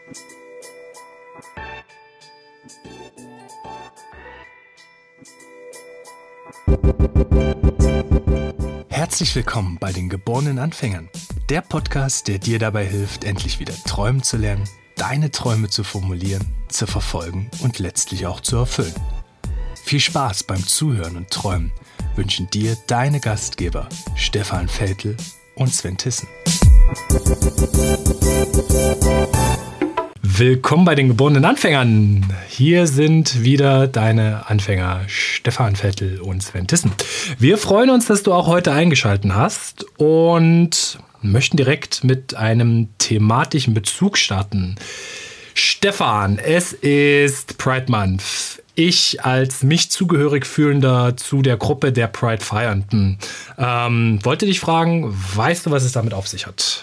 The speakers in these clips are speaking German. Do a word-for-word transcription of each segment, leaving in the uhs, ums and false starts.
Herzlich willkommen bei den geborenen Anfängern, der Podcast, der dir dabei hilft, endlich wieder träumen zu lernen, deine Träume zu formulieren, zu verfolgen und letztlich auch zu erfüllen. Viel Spaß beim Zuhören und Träumen wünschen dir deine Gastgeber Stefan Veltl und Sven Tissen. Willkommen bei den geborenen Anfängern. Hier sind wieder deine Anfänger Stefan Veltl und Sven Tissen. Wir freuen uns, dass du auch heute eingeschaltet hast und möchten direkt mit einem thematischen Bezug starten. Stefan, es ist Pride Month. Ich als mich zugehörig fühlender zu der Gruppe der Pride-Feiernden ähm, wollte dich fragen, weißt du, was es damit auf sich hat?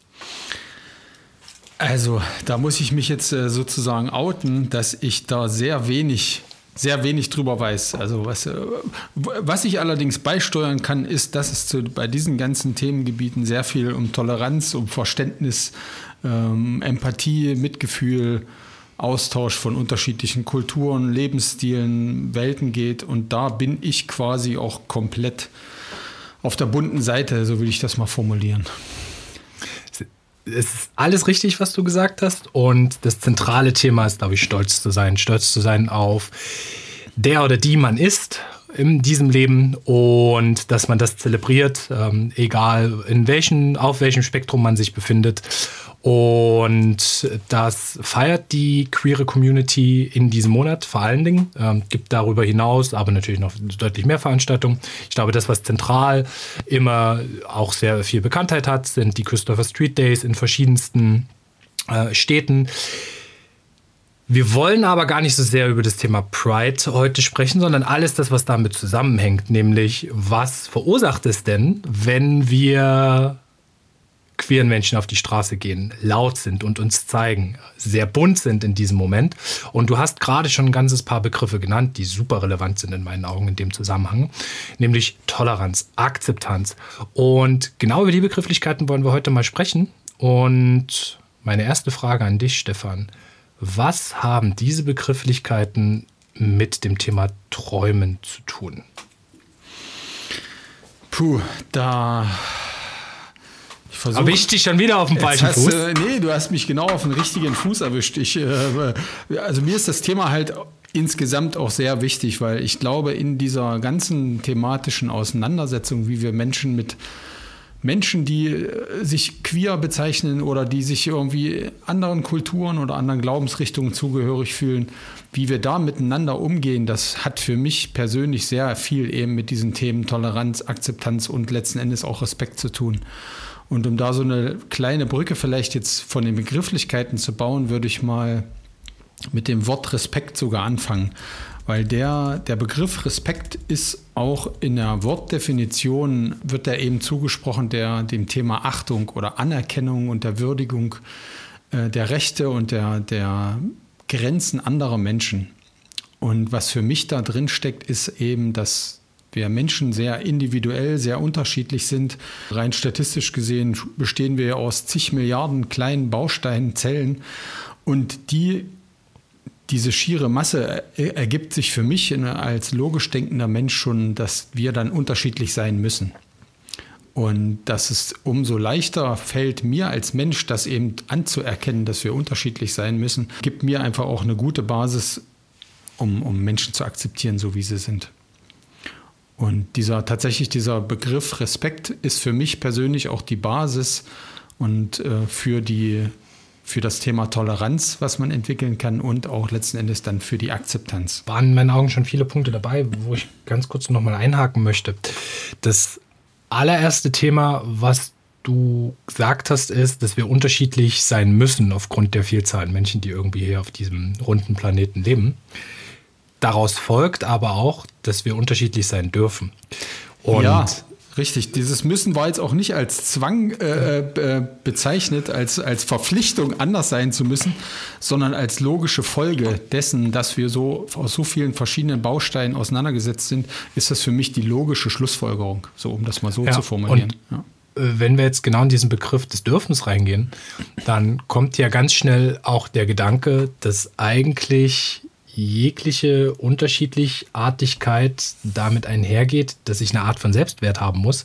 Also, da muss ich mich jetzt äh, sozusagen outen, dass ich da sehr wenig, sehr wenig drüber weiß. Also, was, äh, was ich allerdings beisteuern kann, ist, dass es zu, bei diesen ganzen Themengebieten sehr viel um Toleranz, um Verständnis, ähm, Empathie, Mitgefühl, Austausch von unterschiedlichen Kulturen, Lebensstilen, Welten geht. Und da bin ich quasi auch komplett auf der bunten Seite, so will ich das mal formulieren. Es ist alles richtig, was du gesagt hast. Und das zentrale Thema ist, glaube ich, stolz zu sein. Stolz zu sein auf der oder die man ist in diesem Leben und dass man das zelebriert, ähm, egal in welchen, auf welchem Spektrum man sich befindet. Und das feiert die queere Community in diesem Monat vor allen Dingen. Ähm, gibt darüber hinaus aber natürlich noch deutlich mehr Veranstaltungen. Ich glaube, das, was zentral immer auch sehr viel Bekanntheit hat, sind die Küstorfer Street Days in verschiedensten äh, Städten. Wir wollen aber gar nicht so sehr über das Thema Pride heute sprechen, sondern alles das, was damit zusammenhängt. Nämlich, was verursacht es denn, wenn wir queeren Menschen auf die Straße gehen, laut sind und uns zeigen, sehr bunt sind in diesem Moment. Und du hast gerade schon ein ganzes paar Begriffe genannt, die super relevant sind in meinen Augen in dem Zusammenhang, nämlich Toleranz, Akzeptanz. Und genau über die Begrifflichkeiten wollen wir heute mal sprechen. Und meine erste Frage an dich, Stefan: Was haben diese Begrifflichkeiten mit dem Thema Träumen zu tun? Puh, da... Versuch, Aber ich dich schon wieder auf dem falschen hast, Fuß? Äh, nee, du hast mich genau auf den richtigen Fuß erwischt. Ich, äh, also mir ist das Thema halt insgesamt auch sehr wichtig, weil ich glaube, in dieser ganzen thematischen Auseinandersetzung, wie wir Menschen mit Menschen, die sich queer bezeichnen oder die sich irgendwie anderen Kulturen oder anderen Glaubensrichtungen zugehörig fühlen, wie wir da miteinander umgehen, das hat für mich persönlich sehr viel eben mit diesen Themen Toleranz, Akzeptanz und letzten Endes auch Respekt zu tun. Und um da so eine kleine Brücke vielleicht jetzt von den Begrifflichkeiten zu bauen, würde ich mal mit dem Wort Respekt sogar anfangen. Weil der, der Begriff Respekt ist auch in der Wortdefinition, wird der eben zugesprochen der, dem Thema Achtung oder Anerkennung und der Würdigung äh, der Rechte und der, der Grenzen anderer Menschen. Und was für mich da drin steckt, ist eben, dass wir Menschen sehr individuell, sehr unterschiedlich sind. Rein statistisch gesehen bestehen wir aus zig Milliarden kleinen Bausteinen, Zellen. Und die, diese schiere Masse ergibt sich für mich als logisch denkender Mensch schon, dass wir dann unterschiedlich sein müssen. Und dass es umso leichter fällt, mir als Mensch das eben anzuerkennen, dass wir unterschiedlich sein müssen, gibt mir einfach auch eine gute Basis, um, um Menschen zu akzeptieren, so wie sie sind. Und dieser, tatsächlich dieser Begriff Respekt ist für mich persönlich auch die Basis und äh, für, die, für das Thema Toleranz, was man entwickeln kann und auch letzten Endes dann für die Akzeptanz. Waren in meinen Augen schon viele Punkte dabei, wo ich ganz kurz nochmal einhaken möchte. Das allererste Thema, was du gesagt hast, ist, dass wir unterschiedlich sein müssen aufgrund der Vielzahl an Menschen, die irgendwie hier auf diesem runden Planeten leben. Daraus folgt aber auch, dass wir unterschiedlich sein dürfen. Und ja, richtig. Dieses Müssen war jetzt auch nicht als Zwang äh, äh, bezeichnet, als, als Verpflichtung, anders sein zu müssen, sondern als logische Folge dessen, dass wir so aus so vielen verschiedenen Bausteinen auseinandergesetzt sind, ist das für mich die logische Schlussfolgerung, so um das mal so ja, zu formulieren. Und ja. wenn wir jetzt genau in diesen Begriff des Dürfens reingehen, dann kommt ja ganz schnell auch der Gedanke, dass eigentlich jegliche Unterschiedlichartigkeit damit einhergeht, dass ich eine Art von Selbstwert haben muss,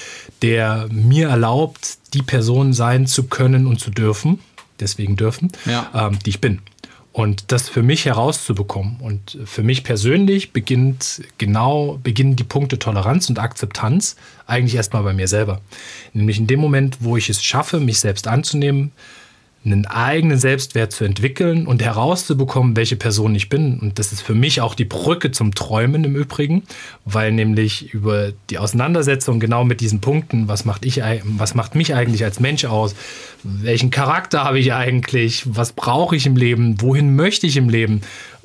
der mir erlaubt, die Person sein zu können und zu dürfen, deswegen dürfen, ja. ähm, die ich bin. Und das für mich herauszubekommen. Und für mich persönlich beginnt genau, beginnen die Punkte Toleranz und Akzeptanz eigentlich erstmal bei mir selber. Nämlich in dem Moment, wo ich es schaffe, mich selbst anzunehmen, einen eigenen Selbstwert zu entwickeln und herauszubekommen, welche Person ich bin. Und das ist für mich auch die Brücke zum Träumen im Übrigen, weil nämlich über die Auseinandersetzung genau mit diesen Punkten, was macht ich, was macht mich eigentlich als Mensch aus, welchen Charakter habe ich eigentlich, was brauche ich im Leben, wohin möchte ich im Leben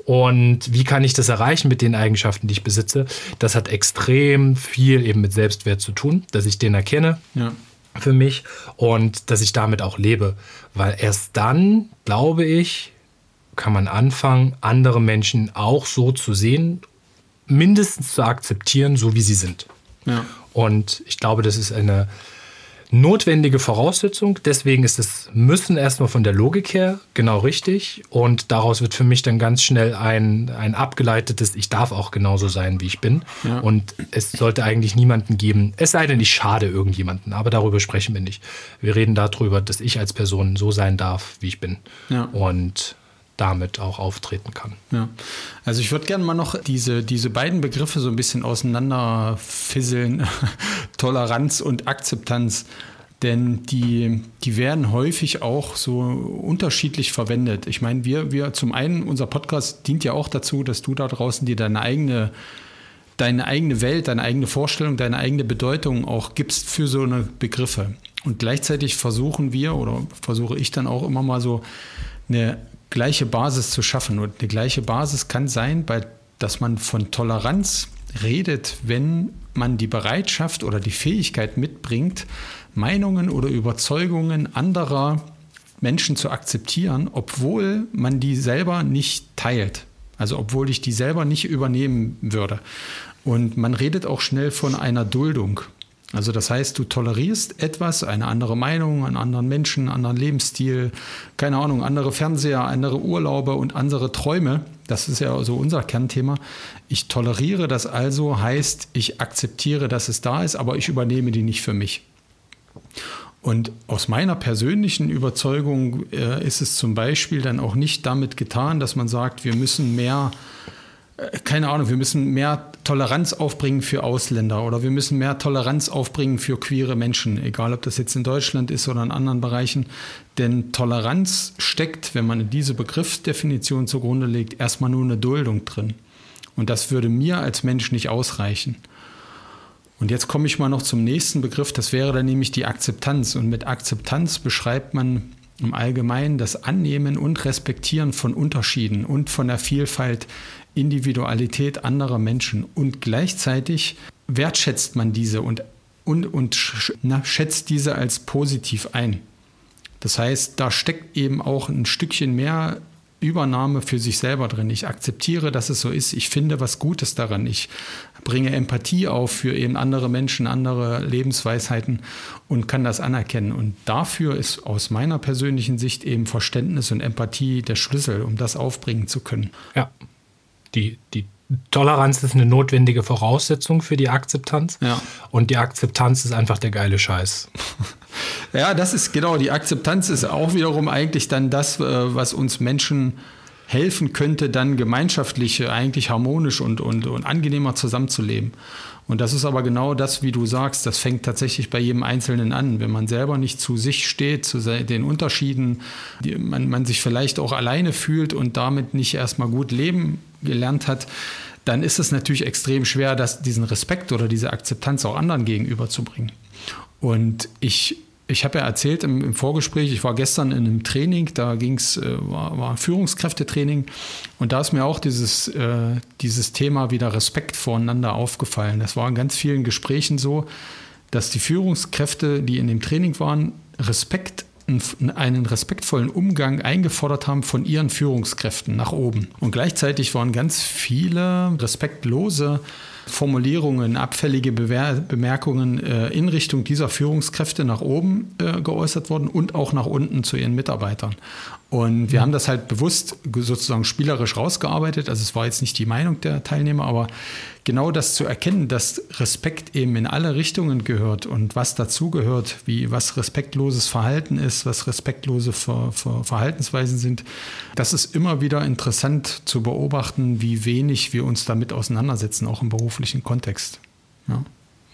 und wie kann ich das erreichen mit den Eigenschaften, die ich besitze, das hat extrem viel eben mit Selbstwert zu tun, dass ich den erkenne. Ja. Für mich und dass ich damit auch lebe. Weil erst dann, glaube ich, kann man anfangen, andere Menschen auch so zu sehen, mindestens zu akzeptieren, so wie sie sind. Ja. Und ich glaube, das ist eine notwendige Voraussetzung. Deswegen ist das Müssen erstmal von der Logik her genau richtig. Und daraus wird für mich dann ganz schnell ein, ein abgeleitetes, ich darf auch genauso sein, wie ich bin. Ja. Und es sollte eigentlich niemanden geben, es sei denn, ich schade irgendjemanden. Aber darüber sprechen wir nicht. Wir reden darüber, dass ich als Person so sein darf, wie ich bin. Ja. Und damit auch auftreten kann. Ja. Also ich würde gerne mal noch diese, diese beiden Begriffe so ein bisschen auseinanderfisseln, Toleranz und Akzeptanz, denn die, die werden häufig auch so unterschiedlich verwendet. Ich meine, wir, wir zum einen, unser Podcast dient ja auch dazu, dass du da draußen dir deine eigene, deine eigene Welt, deine eigene Vorstellung, deine eigene Bedeutung auch gibst für so eine Begriffe. Und gleichzeitig versuchen wir oder versuche ich dann auch immer mal so eine gleiche Basis zu schaffen. Und eine gleiche Basis kann sein, bei, dass man von Toleranz redet, wenn man die Bereitschaft oder die Fähigkeit mitbringt, Meinungen oder Überzeugungen anderer Menschen zu akzeptieren, obwohl man die selber nicht teilt. Also obwohl ich die selber nicht übernehmen würde. Und man redet auch schnell von einer Duldung. Also das heißt, du tolerierst etwas, eine andere Meinung, einen anderen Menschen, einen anderen Lebensstil, keine Ahnung, andere Fernseher, andere Urlaube und andere Träume. Das ist ja so unser Kernthema. Ich toleriere das also, heißt, ich akzeptiere, dass es da ist, aber ich übernehme die nicht für mich. Und aus meiner persönlichen Überzeugung äh, ist es zum Beispiel dann auch nicht damit getan, dass man sagt, wir müssen mehr keine Ahnung, wir müssen mehr Toleranz aufbringen für Ausländer oder wir müssen mehr Toleranz aufbringen für queere Menschen, egal ob das jetzt in Deutschland ist oder in anderen Bereichen. Denn Toleranz steckt, wenn man in diese Begriffsdefinition zugrunde legt, erstmal nur eine Duldung drin. Und das würde mir als Mensch nicht ausreichen. Und jetzt komme ich mal noch zum nächsten Begriff, das wäre dann nämlich die Akzeptanz. Und mit Akzeptanz beschreibt man im Allgemeinen das Annehmen und Respektieren von Unterschieden und von der Vielfalt, Individualität anderer Menschen. Und gleichzeitig wertschätzt man diese und, und, und na, schätzt diese als positiv ein. Das heißt, da steckt eben auch ein Stückchen mehr Übernahme für sich selber drin. Ich akzeptiere, dass es so ist. Ich finde was Gutes daran. Ich bringe Empathie auf für eben andere Menschen, andere Lebensweisheiten und kann das anerkennen. Und dafür ist aus meiner persönlichen Sicht eben Verständnis und Empathie der Schlüssel, um das aufbringen zu können. Ja, die, die Toleranz ist eine notwendige Voraussetzung für die Akzeptanz. Ja. Und die Akzeptanz ist einfach der geile Scheiß. Ja, das ist genau, die Akzeptanz ist auch wiederum eigentlich dann das, was uns Menschen helfen könnte, dann gemeinschaftlich eigentlich harmonisch und, und, und angenehmer zusammenzuleben. Und das ist aber genau das, wie du sagst, das fängt tatsächlich bei jedem Einzelnen an. Wenn man selber nicht zu sich steht, zu den Unterschieden, die man, man sich vielleicht auch alleine fühlt und damit nicht erstmal gut leben gelernt hat, dann ist es natürlich extrem schwer, das, diesen Respekt oder diese Akzeptanz auch anderen gegenüberzubringen. Und ich, ich habe ja erzählt im, im Vorgespräch, ich war gestern in einem Training, da ging's, äh, war, war Führungskräftetraining und da ist mir auch dieses, äh, dieses Thema wieder Respekt voreinander aufgefallen. Das war in ganz vielen Gesprächen so, dass die Führungskräfte, die in dem Training waren, Respekt einen respektvollen Umgang eingefordert haben von ihren Führungskräften nach oben. Und gleichzeitig waren ganz viele respektlose Formulierungen, abfällige Bewer- Bemerkungen äh, in Richtung dieser Führungskräfte nach oben äh, geäußert worden und auch nach unten zu ihren Mitarbeitern. Und wir mhm. haben das halt bewusst sozusagen spielerisch rausgearbeitet. Also es war jetzt nicht die Meinung der Teilnehmer, aber genau das zu erkennen, dass Respekt eben in alle Richtungen gehört und was dazugehört, wie was respektloses Verhalten ist, was respektlose Ver, Ver, Verhaltensweisen sind, das ist immer wieder interessant zu beobachten, wie wenig wir uns damit auseinandersetzen, auch im beruflichen Kontext. Ja.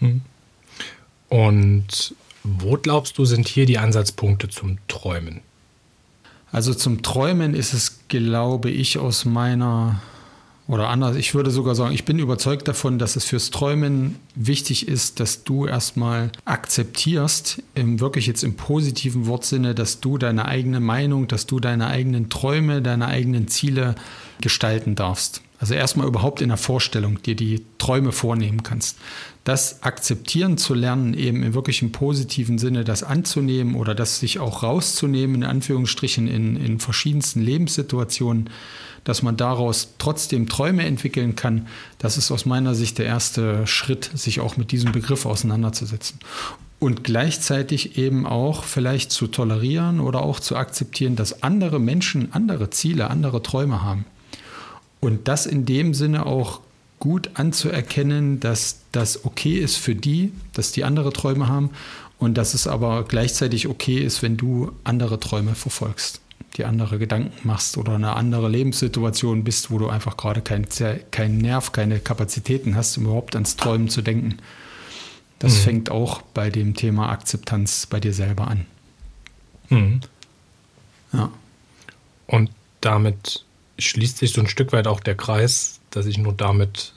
Und wo glaubst du, sind hier die Ansatzpunkte zum Träumen? Also zum Träumen ist es, glaube ich, aus meiner, oder anders, ich würde sogar sagen, ich bin überzeugt davon, dass es fürs Träumen wichtig ist, dass du erstmal akzeptierst, im, wirklich jetzt im positiven Wortsinne, dass du deine eigene Meinung, dass du deine eigenen Träume, deine eigenen Ziele gestalten darfst. Also erstmal überhaupt in der Vorstellung dir die Träume vornehmen kannst. Das akzeptieren zu lernen, eben im wirklich im positiven Sinne, das anzunehmen oder das sich auch rauszunehmen, in Anführungsstrichen, in, in verschiedensten Lebenssituationen, dass man daraus trotzdem Träume entwickeln kann, das ist aus meiner Sicht der erste Schritt, sich auch mit diesem Begriff auseinanderzusetzen. Und gleichzeitig eben auch vielleicht zu tolerieren oder auch zu akzeptieren, dass andere Menschen andere Ziele, andere Träume haben. Und das in dem Sinne auch gut anzuerkennen, dass das okay ist für die, dass die andere Träume haben und dass es aber gleichzeitig okay ist, wenn du andere Träume verfolgst, die andere Gedanken machst oder eine andere Lebenssituation bist, wo du einfach gerade keinen kein Nerv, keine Kapazitäten hast, um überhaupt ans Träumen zu denken. Das mhm. fängt auch bei dem Thema Akzeptanz bei dir selber an. Mhm. Ja. Und damit schließt sich so ein Stück weit auch der Kreis, dass ich nur damit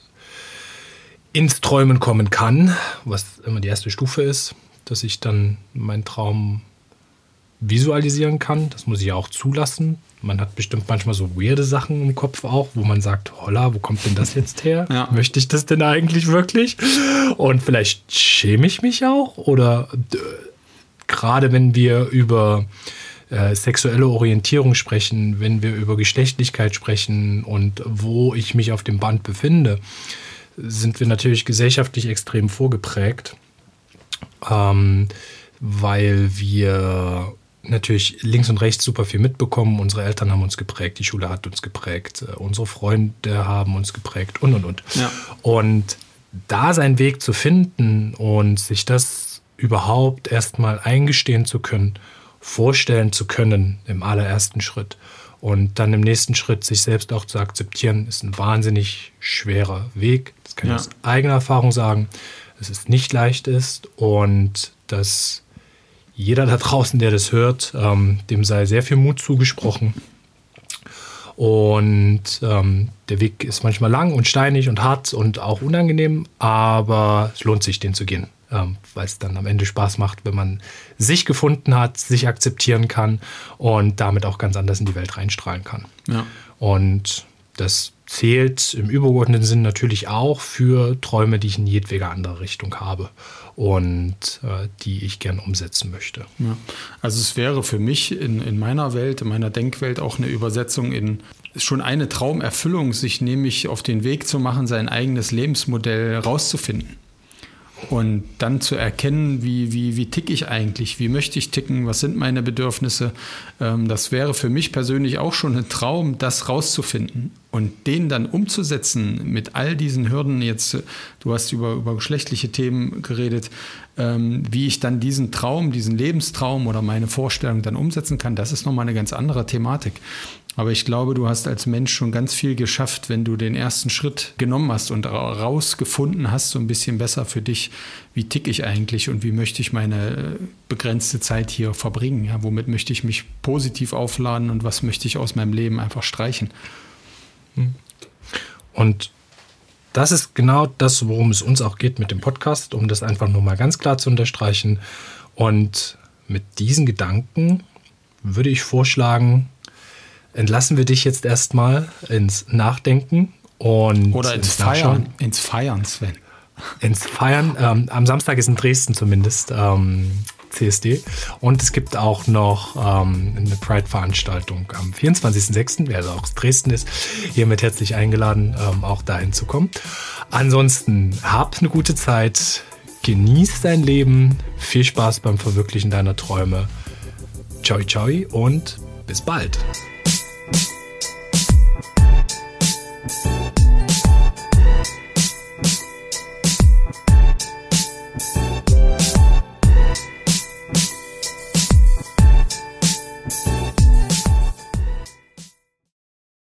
ins Träumen kommen kann, was immer die erste Stufe ist, dass ich dann meinen Traum visualisieren kann. Das muss ich ja auch zulassen. Man hat bestimmt manchmal so weirde Sachen im Kopf auch, wo man sagt, holla, wo kommt denn das jetzt her? Ja. Möchte ich das denn eigentlich wirklich? Und vielleicht schäme ich mich auch. Oder äh, gerade wenn wir über äh, sexuelle Orientierung sprechen, wenn wir über Geschlechtlichkeit sprechen und wo ich mich auf dem Band befinde, sind wir natürlich gesellschaftlich extrem vorgeprägt, ähm, weil wir natürlich links und rechts super viel mitbekommen. Unsere Eltern haben uns geprägt, die Schule hat uns geprägt, unsere Freunde haben uns geprägt und, und, und. Ja. Und da seinen Weg zu finden und sich das überhaupt erstmal eingestehen zu können, vorstellen zu können im allerersten Schritt und dann im nächsten Schritt sich selbst auch zu akzeptieren, ist ein wahnsinnig schwerer Weg. Das kann ich ja. aus eigener Erfahrung sagen, dass es nicht leicht ist und dass jeder da draußen, der das hört, ähm, dem sei sehr viel Mut zugesprochen. Und ähm, der Weg ist manchmal lang und steinig und hart und auch unangenehm, aber es lohnt sich, den zu gehen, ähm, weil es dann am Ende Spaß macht, wenn man sich gefunden hat, sich akzeptieren kann und damit auch ganz anders in die Welt reinstrahlen kann. Ja. Und das zählt im übergeordneten Sinn natürlich auch für Träume, die ich in jedweder andere Richtung habe und äh, die ich gern umsetzen möchte. Ja. Also es wäre für mich in, in meiner Welt, in meiner Denkwelt auch eine Übersetzung in schon eine Traumerfüllung, sich nämlich auf den Weg zu machen, sein eigenes Lebensmodell rauszufinden. Und dann zu erkennen, wie, wie, wie ticke ich eigentlich, wie möchte ich ticken, was sind meine Bedürfnisse. Ähm, das wäre für mich persönlich auch schon ein Traum, das rauszufinden und den dann umzusetzen mit all diesen Hürden. Jetzt, du hast über, über geschlechtliche Themen geredet, ähm, wie ich dann diesen Traum, diesen Lebenstraum oder meine Vorstellung dann umsetzen kann, das ist nochmal eine ganz andere Thematik. Aber ich glaube, du hast als Mensch schon ganz viel geschafft, wenn du den ersten Schritt genommen hast und rausgefunden hast, so ein bisschen besser für dich, wie ticke ich eigentlich und wie möchte ich meine begrenzte Zeit hier verbringen. Ja, womit möchte ich mich positiv aufladen und was möchte ich aus meinem Leben einfach streichen. Und das ist genau das, worum es uns auch geht mit dem Podcast, um das einfach nur mal ganz klar zu unterstreichen. Und mit diesen Gedanken würde ich vorschlagen, entlassen wir dich jetzt erstmal ins Nachdenken und oder ins, ins Feiern, ins Feiern, Sven. Ins Feiern. Ähm, am Samstag ist in Dresden zumindest ähm, C S D. Und es gibt auch noch ähm, eine Pride-Veranstaltung am vierundzwanzigsten sechsten Wer also auch aus Dresden ist, hiermit herzlich eingeladen, ähm, auch dahin zu kommen. Ansonsten hab eine gute Zeit, genieß dein Leben, viel Spaß beim Verwirklichen deiner Träume. Ciao, ciao und bis bald.